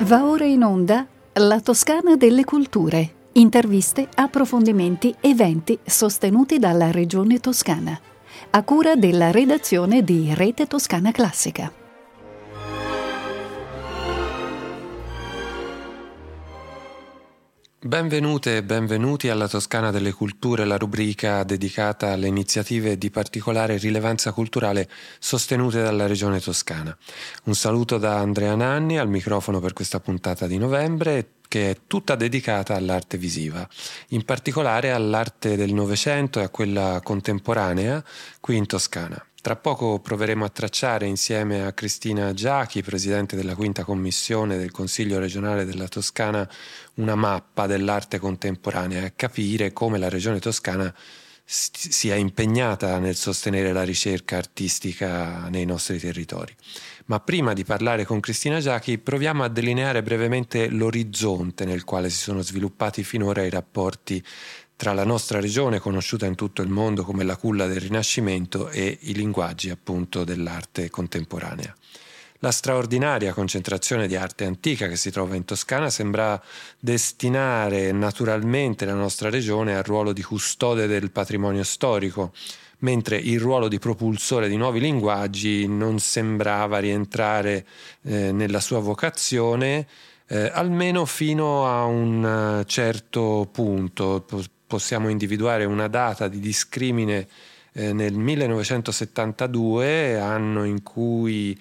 Va ora in onda La Toscana delle Culture. Interviste, approfondimenti, eventi sostenuti dalla Regione Toscana. A cura della redazione di Rete Toscana Classica. Benvenute e benvenuti alla Toscana delle Culture, la rubrica dedicata alle iniziative di particolare rilevanza culturale sostenute dalla Regione Toscana. Un saluto da Andrea Nanni al microfono per questa puntata di novembre, che è tutta dedicata all'arte visiva, in particolare all'arte del Novecento e a quella contemporanea qui in Toscana. Tra poco proveremo a tracciare insieme a Cristina Giachi, presidente della Quinta Commissione del Consiglio regionale della Toscana, una mappa dell'arte contemporanea e a capire come la Regione Toscana sia impegnata nel sostenere la ricerca artistica nei nostri territori. Ma prima di parlare con Cristina Giachi proviamo a delineare brevemente l'orizzonte nel quale si sono sviluppati finora i rapporti tra la nostra regione, conosciuta in tutto il mondo come la culla del Rinascimento, e i linguaggi appunto dell'arte contemporanea. La straordinaria concentrazione di arte antica che si trova in Toscana sembra destinare naturalmente la nostra regione al ruolo di custode del patrimonio storico, mentre il ruolo di propulsore di nuovi linguaggi non sembrava rientrare nella sua vocazione, almeno fino a un certo punto. Possiamo individuare una data di discrimine nel 1972, anno in cui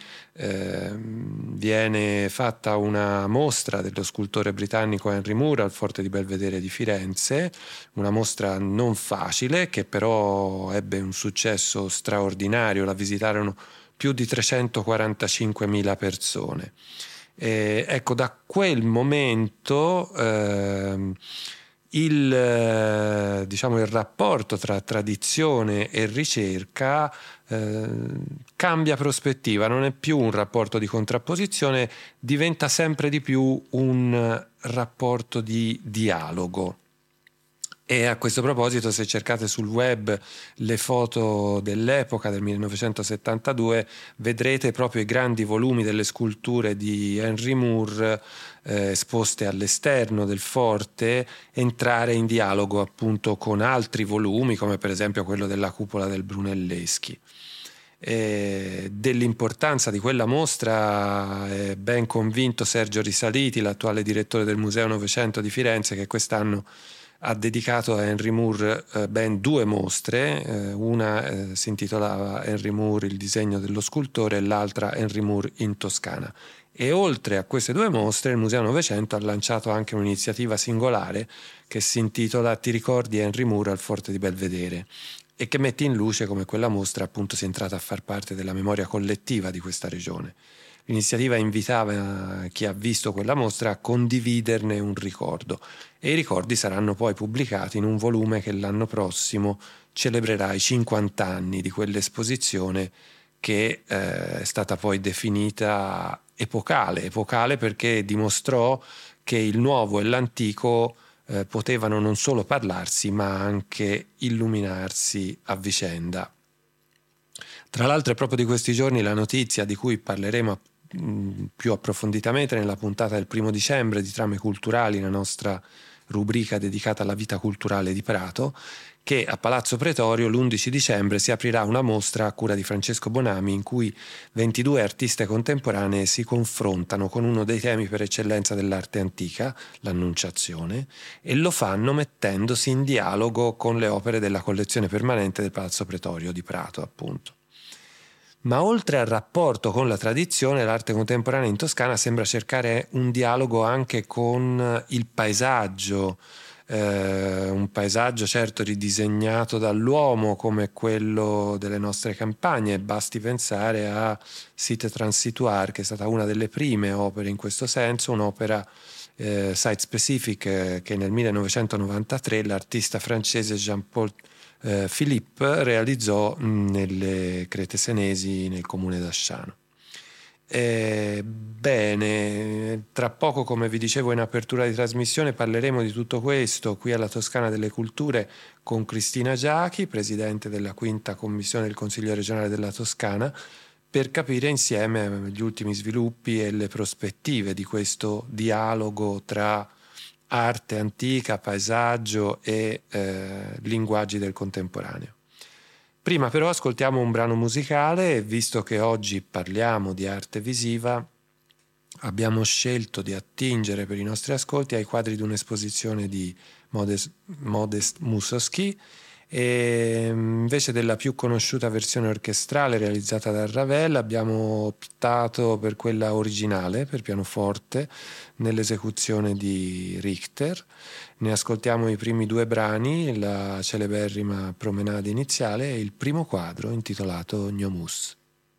viene fatta una mostra dello scultore britannico Henry Moore al Forte di Belvedere di Firenze, una mostra non facile che però ebbe un successo straordinario. La visitarono più di 345.000 persone. Ecco, da quel momento il rapporto tra tradizione e ricerca cambia prospettiva, non è più un rapporto di contrapposizione, diventa sempre di più un rapporto di dialogo. E a questo proposito, se cercate sul web le foto dell'epoca del 1972, vedrete proprio i grandi volumi delle sculture di Henry Moore esposte all'esterno del forte entrare in dialogo appunto con altri volumi, come per esempio quello della cupola del Brunelleschi. Dell'importanza di quella mostra è ben convinto Sergio Risaliti, l'attuale direttore del Museo Novecento di Firenze, che quest'anno ha dedicato a Henry Moore ben 2 mostre, una si intitolava Henry Moore, il disegno dello scultore, e l'altra Henry Moore in Toscana. E oltre a queste 2 mostre il Museo Novecento ha lanciato anche un'iniziativa singolare che si intitola Ti ricordi Henry Moore al Forte di Belvedere, e che mette in luce come quella mostra appunto sia entrata a far parte della memoria collettiva di questa regione. L'iniziativa invitava chi ha visto quella mostra a condividerne un ricordo, e i ricordi saranno poi pubblicati in un volume che l'anno prossimo celebrerà i 50 anni di quell'esposizione, che è stata poi definita epocale perché dimostrò che il nuovo e l'antico potevano non solo parlarsi ma anche illuminarsi a vicenda. Tra l'altro è proprio di questi giorni la notizia di cui parleremo più approfonditamente nella puntata del 1 dicembre di Trame Culturali, la nostra rubrica dedicata alla vita culturale di Prato, che a Palazzo Pretorio l'11 dicembre si aprirà una mostra a cura di Francesco Bonami in cui 22 artiste contemporanee si confrontano con uno dei temi per eccellenza dell'arte antica, l'Annunciazione, e lo fanno mettendosi in dialogo con le opere della collezione permanente del Palazzo Pretorio di Prato, appunto. Ma oltre al rapporto con la tradizione, l'arte contemporanea in Toscana sembra cercare un dialogo anche con il paesaggio, un paesaggio certo ridisegnato dall'uomo come quello delle nostre campagne. Basti pensare a Site Transitoires, che è stata una delle prime opere in questo senso, un'opera site specific che nel 1993 l'artista francese Jean-Paul Philippe realizzò nelle Crete Senesi nel comune d'Asciano. Bene, tra poco, come vi dicevo in apertura di trasmissione, parleremo di tutto questo qui alla Toscana delle Culture con Cristina Giachi, presidente della Quinta Commissione del Consiglio regionale della Toscana, per capire insieme gli ultimi sviluppi e le prospettive di questo dialogo tra arte antica, paesaggio e linguaggi del contemporaneo. Prima però ascoltiamo un brano musicale e visto che oggi parliamo di arte visiva, abbiamo scelto di attingere per i nostri ascolti ai quadri di un'esposizione di Modest Mussorgsky, e invece della più conosciuta versione orchestrale realizzata da Ravel abbiamo optato per quella originale per pianoforte nell'esecuzione di Richter. Ne ascoltiamo i primi 2 brani, la celeberrima promenade iniziale e il primo quadro intitolato Gnomus.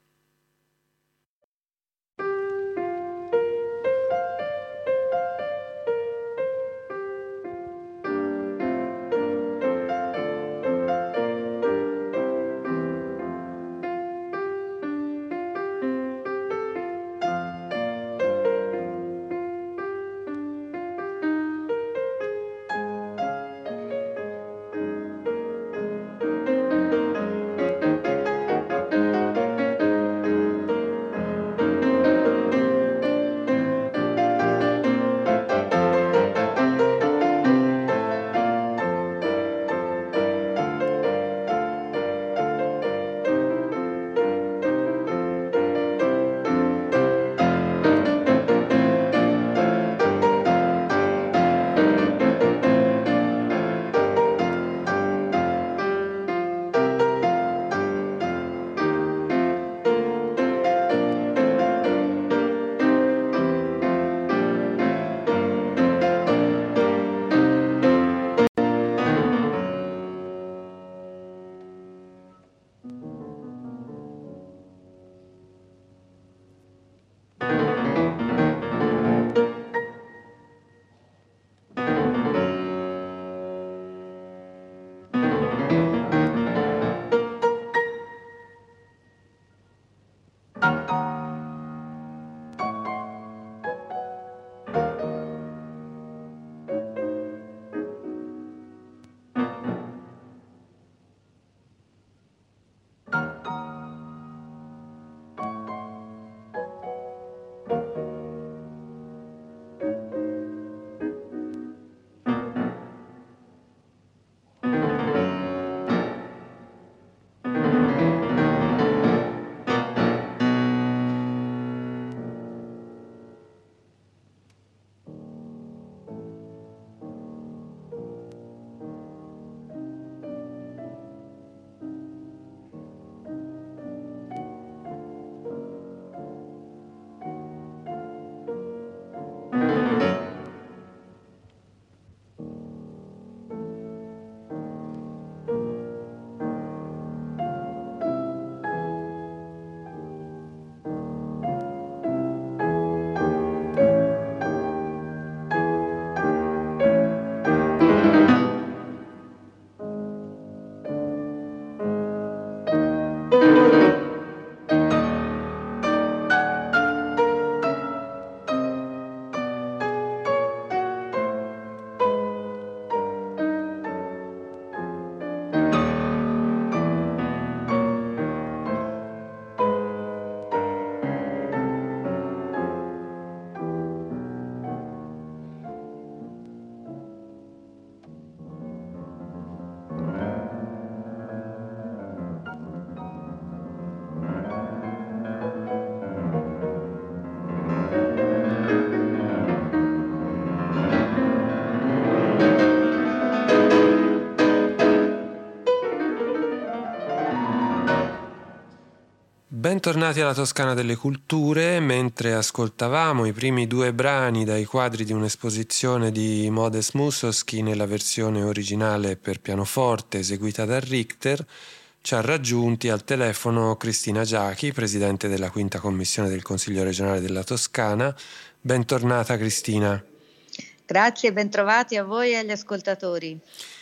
Bentornati alla Toscana delle Culture. Mentre ascoltavamo i primi 2 brani dai quadri di un'esposizione di Modest Mussorgsky nella versione originale per pianoforte eseguita da Richter, ci ha raggiunti al telefono Cristina Giachi, presidente della 5ª commissione del Consiglio regionale della Toscana. Bentornata Cristina. Grazie, bentrovati a voi e agli ascoltatori.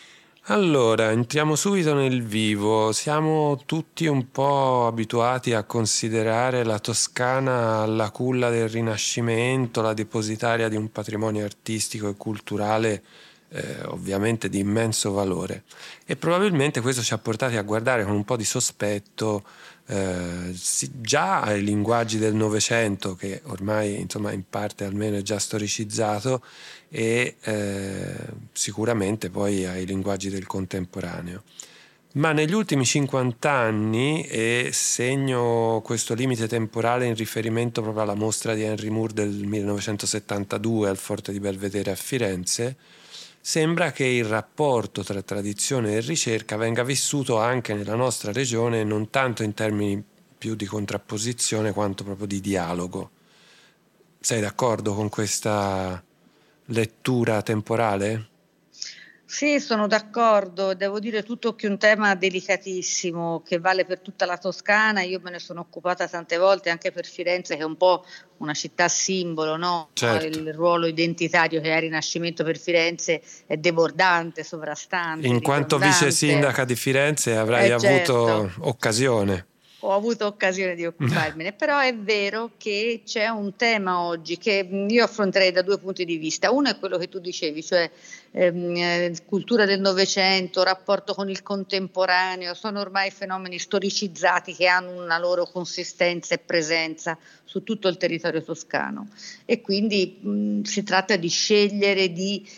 Allora, entriamo subito nel vivo. Siamo tutti un po' abituati a considerare la Toscana la culla del Rinascimento, la depositaria di un patrimonio artistico e culturale ovviamente di immenso valore, e probabilmente questo ci ha portati a guardare con un po' di sospetto già ai linguaggi del Novecento, che ormai insomma in parte almeno è già storicizzato, e sicuramente poi ai linguaggi del contemporaneo. Ma negli ultimi 50 anni, e segno questo limite temporale in riferimento proprio alla mostra di Henry Moore del 1972 al Forte di Belvedere a Firenze, sembra che il rapporto tra tradizione e ricerca venga vissuto anche nella nostra regione non tanto in termini più di contrapposizione quanto proprio di dialogo. Sei d'accordo con questa lettura temporale? Sì, sono d'accordo, devo dire tutto che un tema delicatissimo che vale per tutta la Toscana. Io me ne sono occupata tante volte anche per Firenze, che è un po' una città simbolo, no? Certo. Il ruolo identitario che ha il Rinascimento per Firenze è debordante, sovrastante, In quanto vice ridondante. sindaca di Firenze avrai avuto Certo. occasione. Ho avuto occasione di occuparmene, però è vero che c'è un tema oggi che io affronterei da due punti di vista. Uno è quello che tu dicevi, cioè cultura del Novecento, rapporto con il contemporaneo, sono ormai fenomeni storicizzati che hanno una loro consistenza e presenza su tutto il territorio toscano, e quindi si tratta di scegliere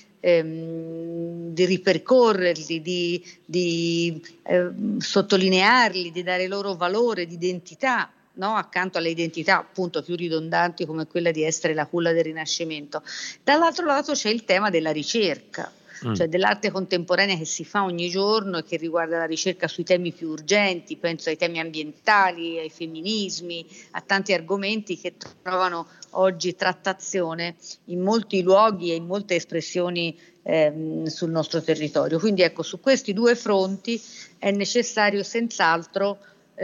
di ripercorrerli, di sottolinearli, di dare loro valore, di identità, no? Accanto alle identità appunto più ridondanti come quella di essere la culla del Rinascimento. Dall'altro lato c'è il tema della ricerca, cioè dell'arte contemporanea che si fa ogni giorno e che riguarda la ricerca sui temi più urgenti. Penso ai temi ambientali, ai femminismi, a tanti argomenti che trovano oggi trattazione in molti luoghi e in molte espressioni sul nostro territorio. Quindi ecco, su questi due fronti è necessario senz'altro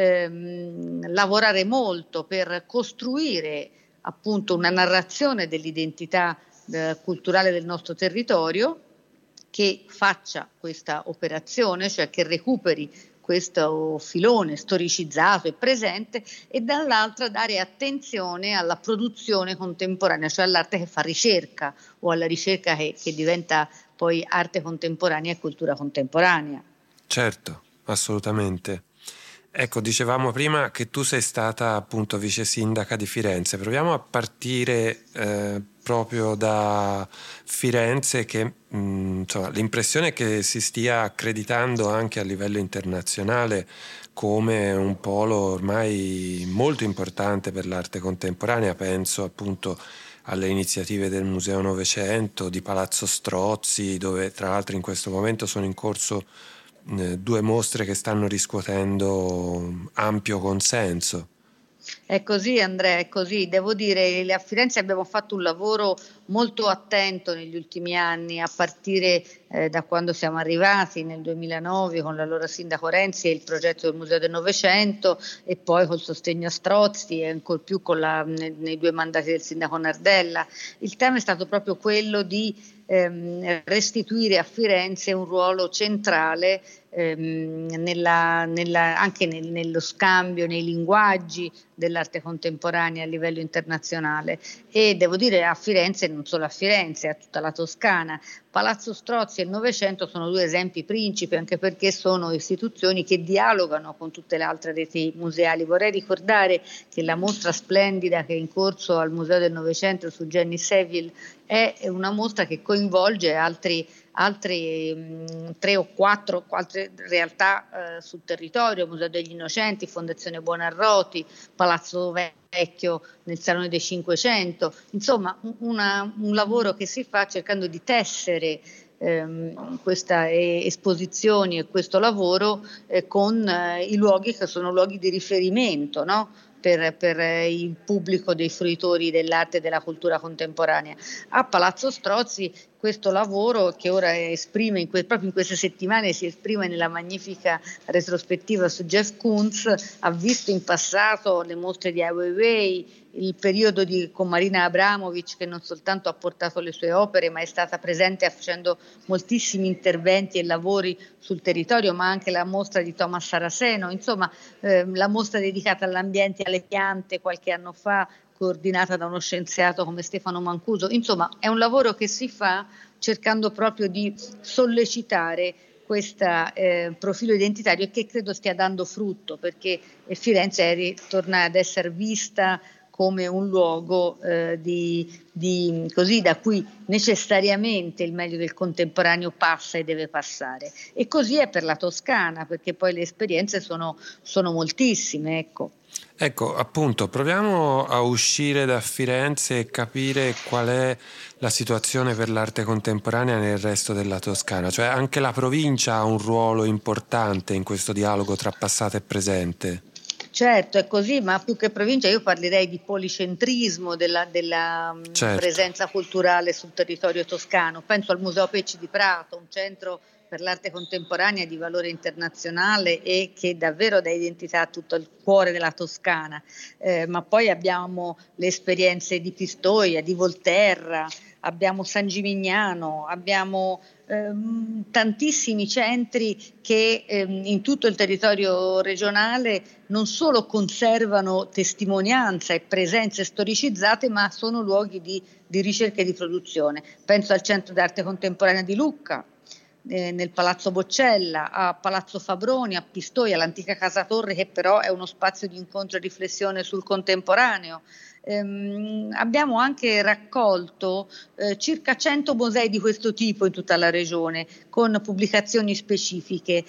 lavorare molto per costruire appunto una narrazione dell'identità culturale del nostro territorio, che faccia questa operazione, cioè che recuperi questo filone storicizzato e presente, e dall'altra dare attenzione alla produzione contemporanea, cioè all'arte che fa ricerca, o alla ricerca che diventa poi arte contemporanea e cultura contemporanea. Certo, assolutamente. Ecco, dicevamo prima che tu sei stata appunto vice sindaca di Firenze. Proviamo a partire proprio da Firenze, che insomma, l'impressione è che si stia accreditando anche a livello internazionale come un polo ormai molto importante per l'arte contemporanea. Penso appunto alle iniziative del Museo Novecento, di Palazzo Strozzi, dove tra l'altro in questo momento sono in corso due mostre che stanno riscuotendo ampio consenso. È così, Andrea, è così. Devo dire, a Firenze abbiamo fatto un lavoro molto attento negli ultimi anni, a partire da quando siamo arrivati nel 2009 con l'allora sindaco Renzi e il progetto del Museo del Novecento, e poi col sostegno a Strozzi e ancor più nei due mandati del sindaco Nardella. Il tema è stato proprio quello di restituire a Firenze un ruolo centrale anche nello scambio, nei linguaggi dell'arte contemporanea a livello internazionale. E devo dire, a Firenze, non solo a Firenze, a tutta la Toscana, Palazzo Strozzi e il Novecento sono due esempi principi, anche perché sono istituzioni che dialogano con tutte le altre reti museali. Vorrei ricordare che la mostra splendida che è in corso al Museo del Novecento su Jenny Saville è una mostra che coinvolge altre 3 o 4 altre realtà sul territorio: Museo degli Innocenti, Fondazione Buonarroti, Palazzo Vecchio nel Salone dei 500, insomma un lavoro che si fa cercando di tessere queste esposizioni e questo lavoro con i luoghi che sono luoghi di riferimento, no? Per il pubblico dei fruitori dell'arte e della cultura contemporanea. A Palazzo Strozzi questo lavoro, che ora esprime proprio in queste settimane si esprime nella magnifica retrospettiva su Jeff Koons, ha visto in passato le mostre di Ai Weiwei, il periodo con Marina Abramovic, che non soltanto ha portato le sue opere, ma è stata presente facendo moltissimi interventi e lavori sul territorio, ma anche la mostra di Thomas Saraceno, insomma la mostra dedicata all'ambiente e alle piante qualche anno fa, coordinata da uno scienziato come Stefano Mancuso. Insomma, è un lavoro che si fa cercando proprio di sollecitare questo profilo identitario, e che credo stia dando frutto, perché Firenze torna ad essere vista come un luogo così, da cui necessariamente il meglio del contemporaneo passa e deve passare. E così è per la Toscana, perché poi le esperienze sono moltissime, ecco. Ecco, appunto, proviamo a uscire da Firenze e capire qual è la situazione per l'arte contemporanea nel resto della Toscana. Cioè anche la provincia ha un ruolo importante in questo dialogo tra passato e presente. Certo, è così, ma più che provincia io parlerei di policentrismo della Certo. presenza culturale sul territorio toscano. Penso al Museo Pecci di Prato, un centro per l'arte contemporanea di valore internazionale e che davvero dà identità a tutto il cuore della Toscana, ma poi abbiamo le esperienze di Pistoia, di Volterra, abbiamo San Gimignano, abbiamo tantissimi centri che in tutto il territorio regionale non solo conservano testimonianza e presenze storicizzate, ma sono luoghi di ricerca e di produzione. Penso al Centro d'Arte Contemporanea di Lucca, nel Palazzo Boccella, a Palazzo Fabroni, a Pistoia, all'antica Casa Torre, che però è uno spazio di incontro e riflessione sul contemporaneo. Abbiamo anche raccolto circa 100 musei di questo tipo in tutta la regione, con pubblicazioni specifiche,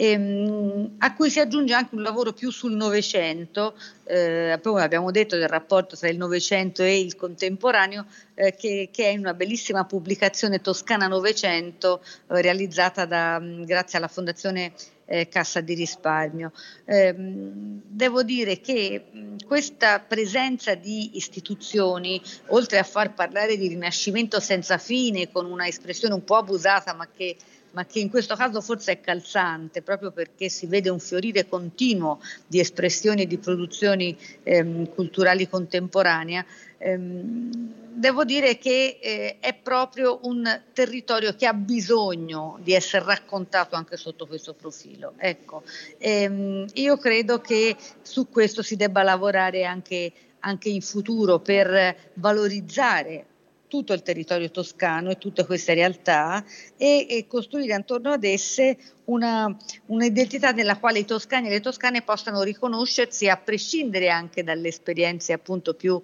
a cui si aggiunge anche un lavoro più sul Novecento, come abbiamo detto, del rapporto tra il Novecento e il contemporaneo, che è una bellissima pubblicazione Toscana Novecento, realizzata grazie alla Fondazione Cassa di Risparmio. Devo dire che questa presenza di istituzioni, oltre a far parlare di rinascimento senza fine, con una espressione un po' abusata, ma che in questo caso forse è calzante, proprio perché si vede un fiorire continuo di espressioni e di produzioni culturali contemporanee, devo dire che è proprio un territorio che ha bisogno di essere raccontato anche sotto questo profilo. Ecco, io credo che su questo si debba lavorare anche in futuro, per valorizzare tutto il territorio toscano e tutte queste realtà, e costruire attorno ad esse un'identità nella quale i toscani e le toscane possano riconoscersi, a prescindere anche dalle esperienze appunto più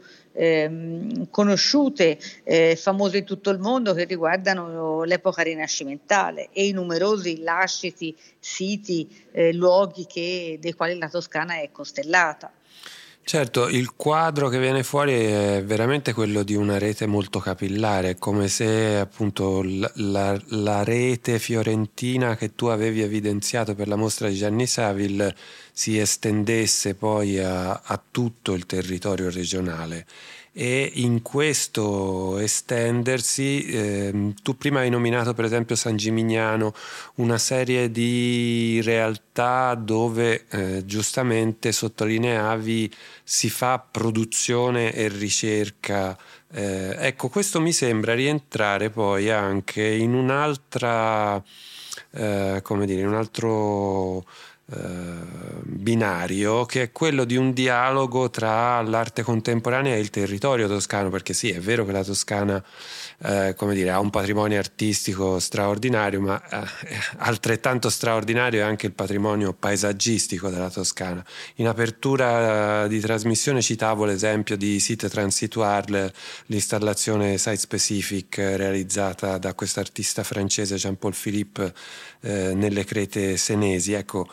conosciute, famose in tutto il mondo, che riguardano l'epoca rinascimentale e i numerosi lasciti, siti, luoghi dei quali la Toscana è costellata. Certo, il quadro che viene fuori è veramente quello di una rete molto capillare, come se appunto la rete fiorentina che tu avevi evidenziato per la mostra di Gianni Saville si estendesse poi a tutto il territorio regionale. E in questo estendersi, tu prima hai nominato per esempio San Gimignano, una serie di realtà dove giustamente sottolineavi si fa produzione e ricerca. Ecco, questo mi sembra rientrare poi anche in un'altra, come dire, in un altro binario, che è quello di un dialogo tra l'arte contemporanea e il territorio toscano, perché sì, è vero che la Toscana come dire, ha un patrimonio artistico straordinario, ma altrettanto straordinario è anche il patrimonio paesaggistico della Toscana. In apertura di trasmissione citavo l'esempio di Site Transitoires, l'installazione site specific realizzata da quest'artista francese Jean-Paul Philippe nelle Crete Senesi. Ecco,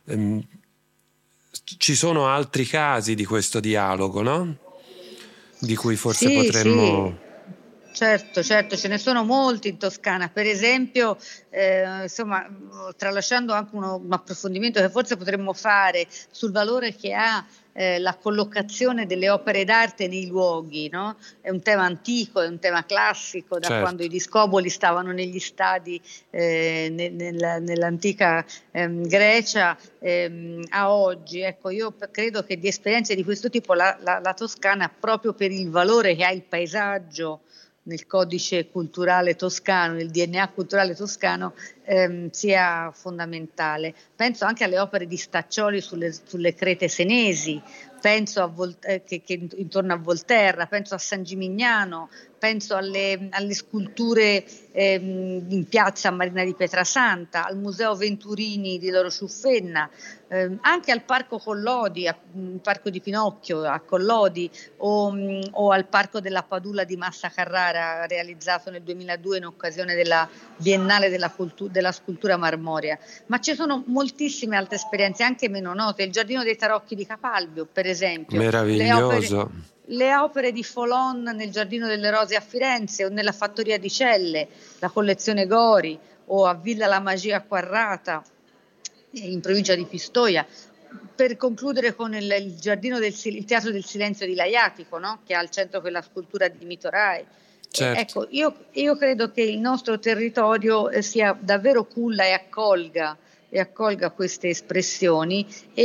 ci sono altri casi di questo dialogo, no? Di cui forse potremmo... Sì. Certo, ce ne sono molti in Toscana. Per esempio, insomma, tralasciando anche un approfondimento che forse potremmo fare sul valore che ha la collocazione delle opere d'arte nei luoghi, no? È un tema antico, è un tema classico, da certo. Quando i discoboli stavano negli stadi nell'antica Grecia a oggi. Ecco, io credo che di esperienze di questo tipo la Toscana, proprio per il valore che ha il paesaggio nel codice culturale toscano, nel DNA culturale toscano, sia fondamentale. Penso anche alle opere di Staccioli sulle crete senesi, penso che intorno a Volterra, penso a San Gimignano, penso alle sculture in piazza Marina di Pietrasanta, al Museo Venturini di Loro Ciuffenna, anche al Parco Collodi, al Parco di Pinocchio a Collodi, o al Parco della Padula di Massa Carrara, realizzato nel 2002 in occasione della Biennale della scultura marmorea. Ma ci sono moltissime altre esperienze, anche meno note, il Giardino dei Tarocchi di Capalbio, per esempio. Meraviglioso. Le opere di Folon nel Giardino delle Rose a Firenze o nella Fattoria di Celle, la collezione Gori, o a Villa La Magia a Quarrata, in provincia di Pistoia. Per concludere con il Teatro del Silenzio di Laiatico, no? Che ha al centro quella scultura di Mito Rai. Certo. Ecco, io credo che il nostro territorio sia davvero culla e accolga queste espressioni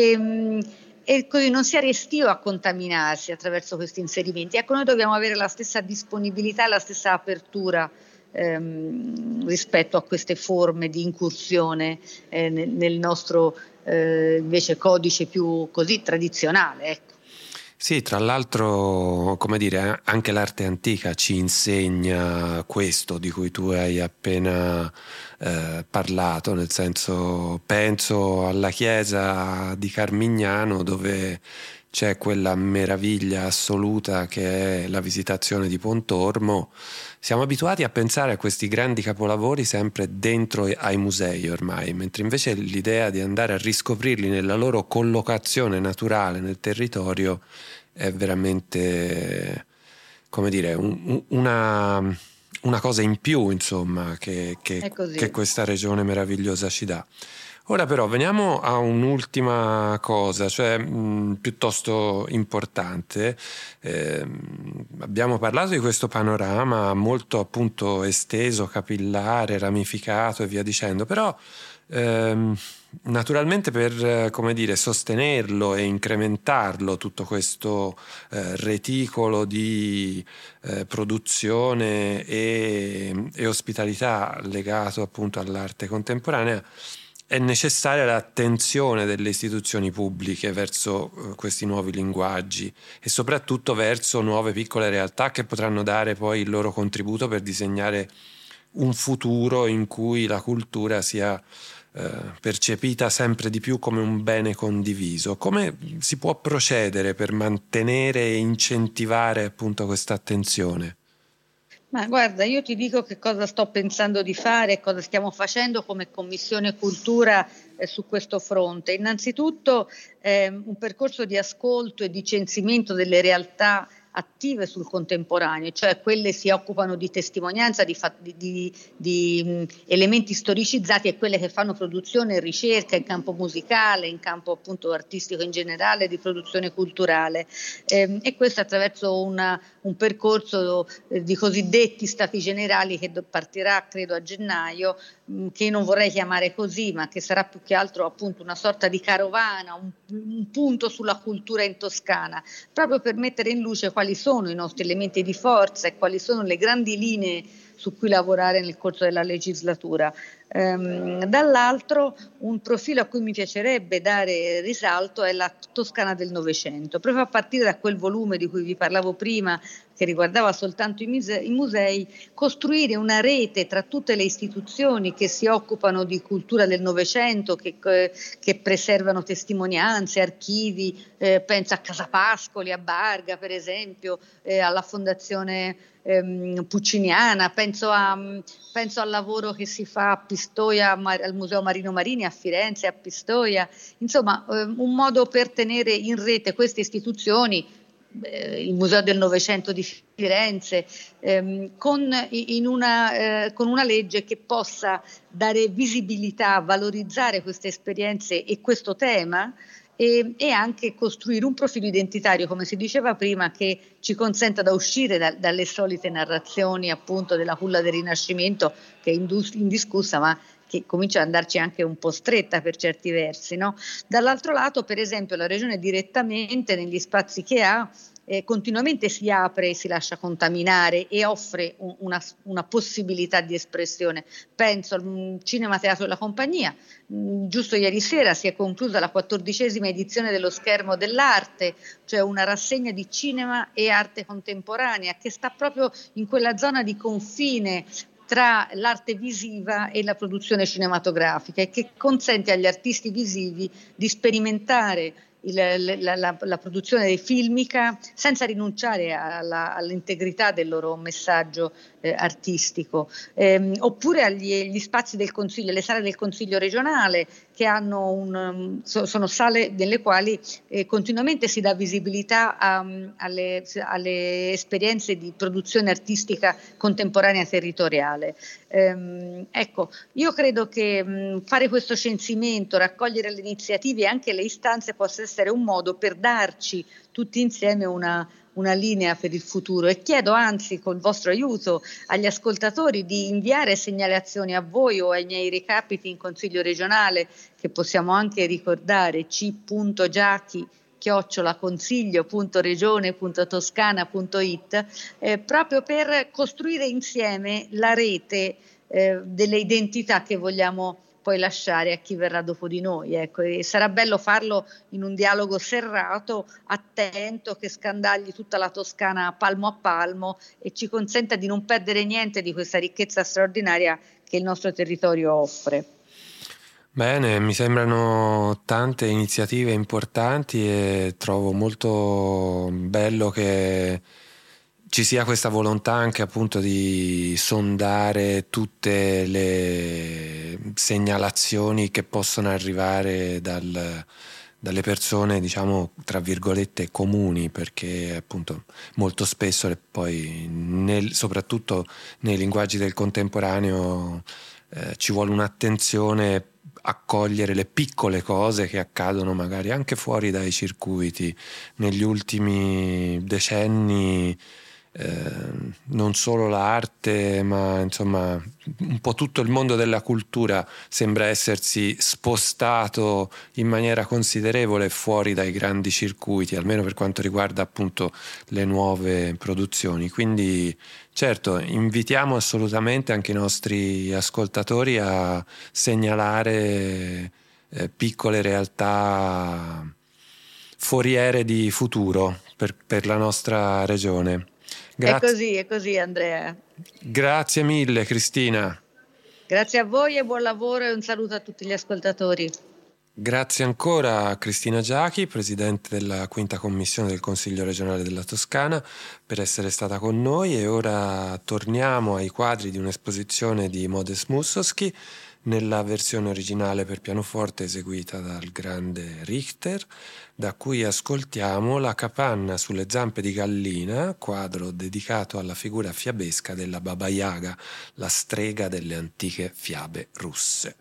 e così non sia restio a contaminarsi attraverso questi inserimenti. Ecco, noi dobbiamo avere la stessa disponibilità e la stessa apertura rispetto a queste forme di incursione nel nostro invece codice più così tradizionale, ecco. Sì, tra l'altro, come dire, anche l'arte antica ci insegna questo di cui tu hai appena parlato, nel senso, penso alla chiesa di Carmignano, dove c'è quella meraviglia assoluta che è la Visitazione di Pontormo. Siamo abituati a pensare a questi grandi capolavori sempre dentro ai musei ormai, mentre invece l'idea di andare a riscoprirli nella loro collocazione naturale nel territorio è veramente, come dire, una cosa in più, insomma, che questa regione meravigliosa ci dà. Ora però veniamo a un'ultima cosa, cioè piuttosto importante. Abbiamo parlato di questo panorama molto appunto esteso, capillare, ramificato e via dicendo, però naturalmente per, come dire, sostenerlo e incrementarlo tutto questo reticolo di produzione e ospitalità legato appunto all'arte contemporanea, è necessaria l'attenzione delle istituzioni pubbliche verso questi nuovi linguaggi e soprattutto verso nuove piccole realtà che potranno dare poi il loro contributo per disegnare un futuro in cui la cultura sia percepita sempre di più come un bene condiviso. Come si può procedere per mantenere e incentivare appunto questa attenzione? Ma guarda, io ti dico che cosa sto pensando di fare, cosa stiamo facendo come Commissione Cultura su questo fronte. Innanzitutto un percorso di ascolto e di censimento delle realtà attive sul contemporaneo, cioè quelle si occupano di testimonianza, di elementi storicizzati, e quelle che fanno produzione e ricerca in campo musicale, in campo appunto artistico in generale, di produzione culturale, e questo attraverso un percorso di cosiddetti stati generali che partirà credo a gennaio, che io non vorrei chiamare così, ma che sarà più che altro appunto una sorta di carovana, un punto sulla cultura in Toscana, proprio per mettere in luce quali sono i nostri elementi di forza e quali sono le grandi linee su cui lavorare nel corso della legislatura. Dall'altro, un profilo a cui mi piacerebbe dare risalto è la Toscana del Novecento, proprio a partire da quel volume di cui vi parlavo prima, che riguardava soltanto i musei, costruire una rete tra tutte le istituzioni che si occupano di cultura del Novecento, che preservano testimonianze, archivi, penso a Casa Pascoli, a Barga per esempio, alla Fondazione Pucciniana, penso al lavoro che si fa a Pistoia, al Museo Marino Marini a Firenze, a Pistoia, insomma un modo per tenere in rete queste istituzioni, il Museo del Novecento di Firenze, con una legge che possa dare visibilità, valorizzare queste esperienze e questo tema, e anche costruire un profilo identitario, come si diceva prima, che ci consenta di uscire dalle solite narrazioni appunto della culla del Rinascimento, che è indiscussa, ma che comincia ad andarci anche un po' stretta per certi versi, no? Dall'altro lato, per esempio, la Regione direttamente negli spazi che ha continuamente si apre e si lascia contaminare e offre una possibilità di espressione. Penso al Cinema Teatro della Compagnia. Giusto ieri sera si è conclusa la 14ª edizione dello Schermo dell'Arte, cioè una rassegna di cinema e arte contemporanea che sta proprio in quella zona di confine tra l'arte visiva e la produzione cinematografica e che consente agli artisti visivi di sperimentare la produzione filmica senza rinunciare all'integrità del loro messaggio artistico, oppure agli spazi del Consiglio, le sale del Consiglio regionale che hanno sono sale nelle quali continuamente si dà visibilità alle esperienze di produzione artistica contemporanea territoriale. Ecco, io credo che fare questo censimento, raccogliere le iniziative e anche le istanze possa essere un modo per darci tutti insieme una linea per il futuro, e chiedo anzi col vostro aiuto agli ascoltatori di inviare segnalazioni a voi o ai miei recapiti in Consiglio regionale, che possiamo anche ricordare c.giachi@consiglio.regione.toscana.it, proprio per costruire insieme la rete delle identità che vogliamo poi lasciare a chi verrà dopo di noi, ecco. E sarà bello farlo in un dialogo serrato, attento, che scandagli tutta la Toscana palmo a palmo e ci consenta di non perdere niente di questa ricchezza straordinaria che il nostro territorio offre. Bene, mi sembrano tante iniziative importanti e trovo molto bello che ci sia questa volontà anche appunto di sondare tutte le segnalazioni che possono arrivare dalle persone, diciamo, tra virgolette comuni, perché appunto molto spesso poi soprattutto nei linguaggi del contemporaneo ci vuole un'attenzione a cogliere le piccole cose che accadono magari anche fuori dai circuiti. Negli ultimi decenni non solo l'arte, ma insomma un po' tutto il mondo della cultura sembra essersi spostato in maniera considerevole fuori dai grandi circuiti, almeno per quanto riguarda appunto le nuove produzioni. Quindi certo, invitiamo assolutamente anche i nostri ascoltatori a segnalare piccole realtà foriere di futuro per la nostra regione. È così Andrea. Grazie mille Cristina. Grazie a voi e buon lavoro e un saluto a tutti gli ascoltatori. Grazie ancora a Cristina Giachi, Presidente della Quinta Commissione del Consiglio regionale della Toscana, per essere stata con noi, e ora torniamo ai quadri di un'esposizione di Modest Mussorgsky nella versione originale per pianoforte eseguita dal grande Richter, da cui ascoltiamo La capanna sulle zampe di gallina, quadro dedicato alla figura fiabesca della Baba Yaga, la strega delle antiche fiabe russe.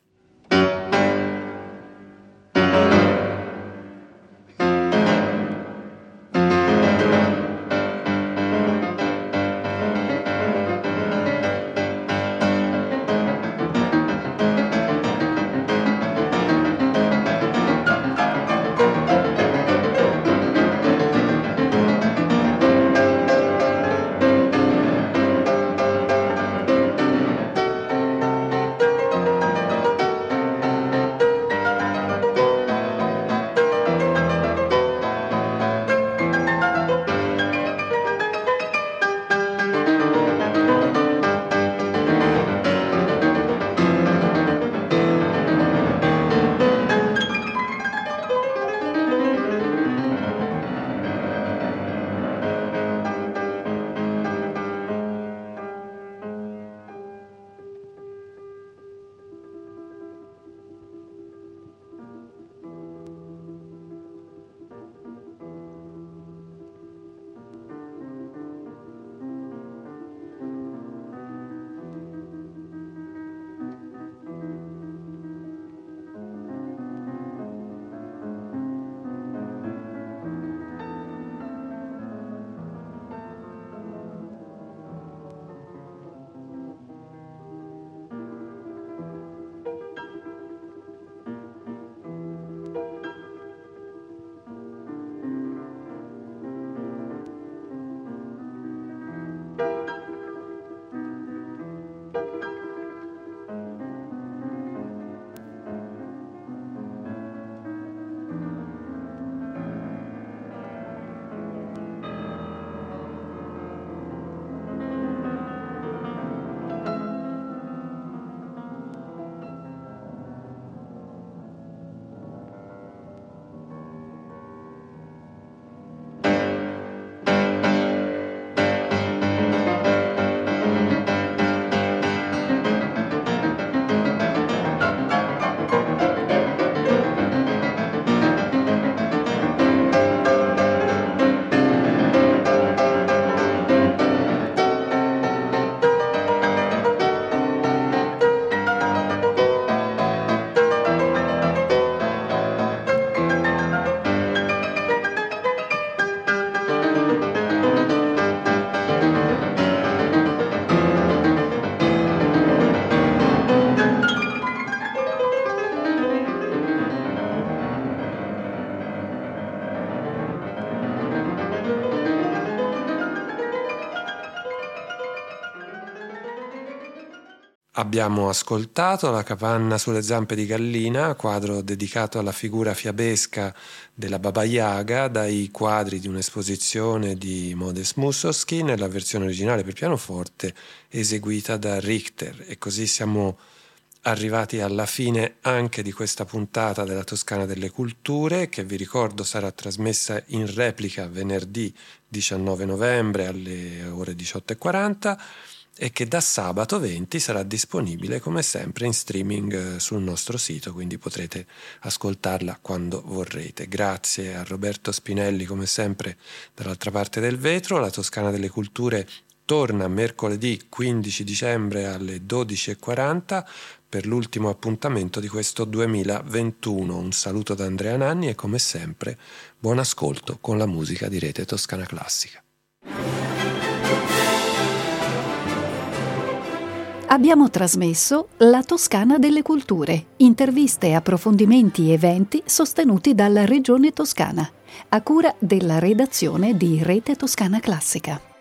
Abbiamo ascoltato La capanna sulle zampe di gallina, quadro dedicato alla figura fiabesca della Baba Yaga, dai quadri di un'esposizione di Modest Mussorgsky nella versione originale per pianoforte eseguita da Richter. E così siamo arrivati alla fine anche di questa puntata della Toscana delle Culture, che vi ricordo sarà trasmessa in replica venerdì 19 novembre alle ore 18:40 e che da sabato 20 sarà disponibile come sempre in streaming sul nostro sito, quindi potrete ascoltarla quando vorrete. Grazie a Roberto Spinelli come sempre dall'altra parte del vetro. La Toscana delle Culture torna mercoledì 15 dicembre alle 12:40 per l'ultimo appuntamento di questo 2021. Un saluto da Andrea Nanni e come sempre buon ascolto con la musica di Rete Toscana Classica. Abbiamo trasmesso La Toscana delle Culture, interviste, approfondimenti e eventi sostenuti dalla Regione Toscana, a cura della redazione di Rete Toscana Classica.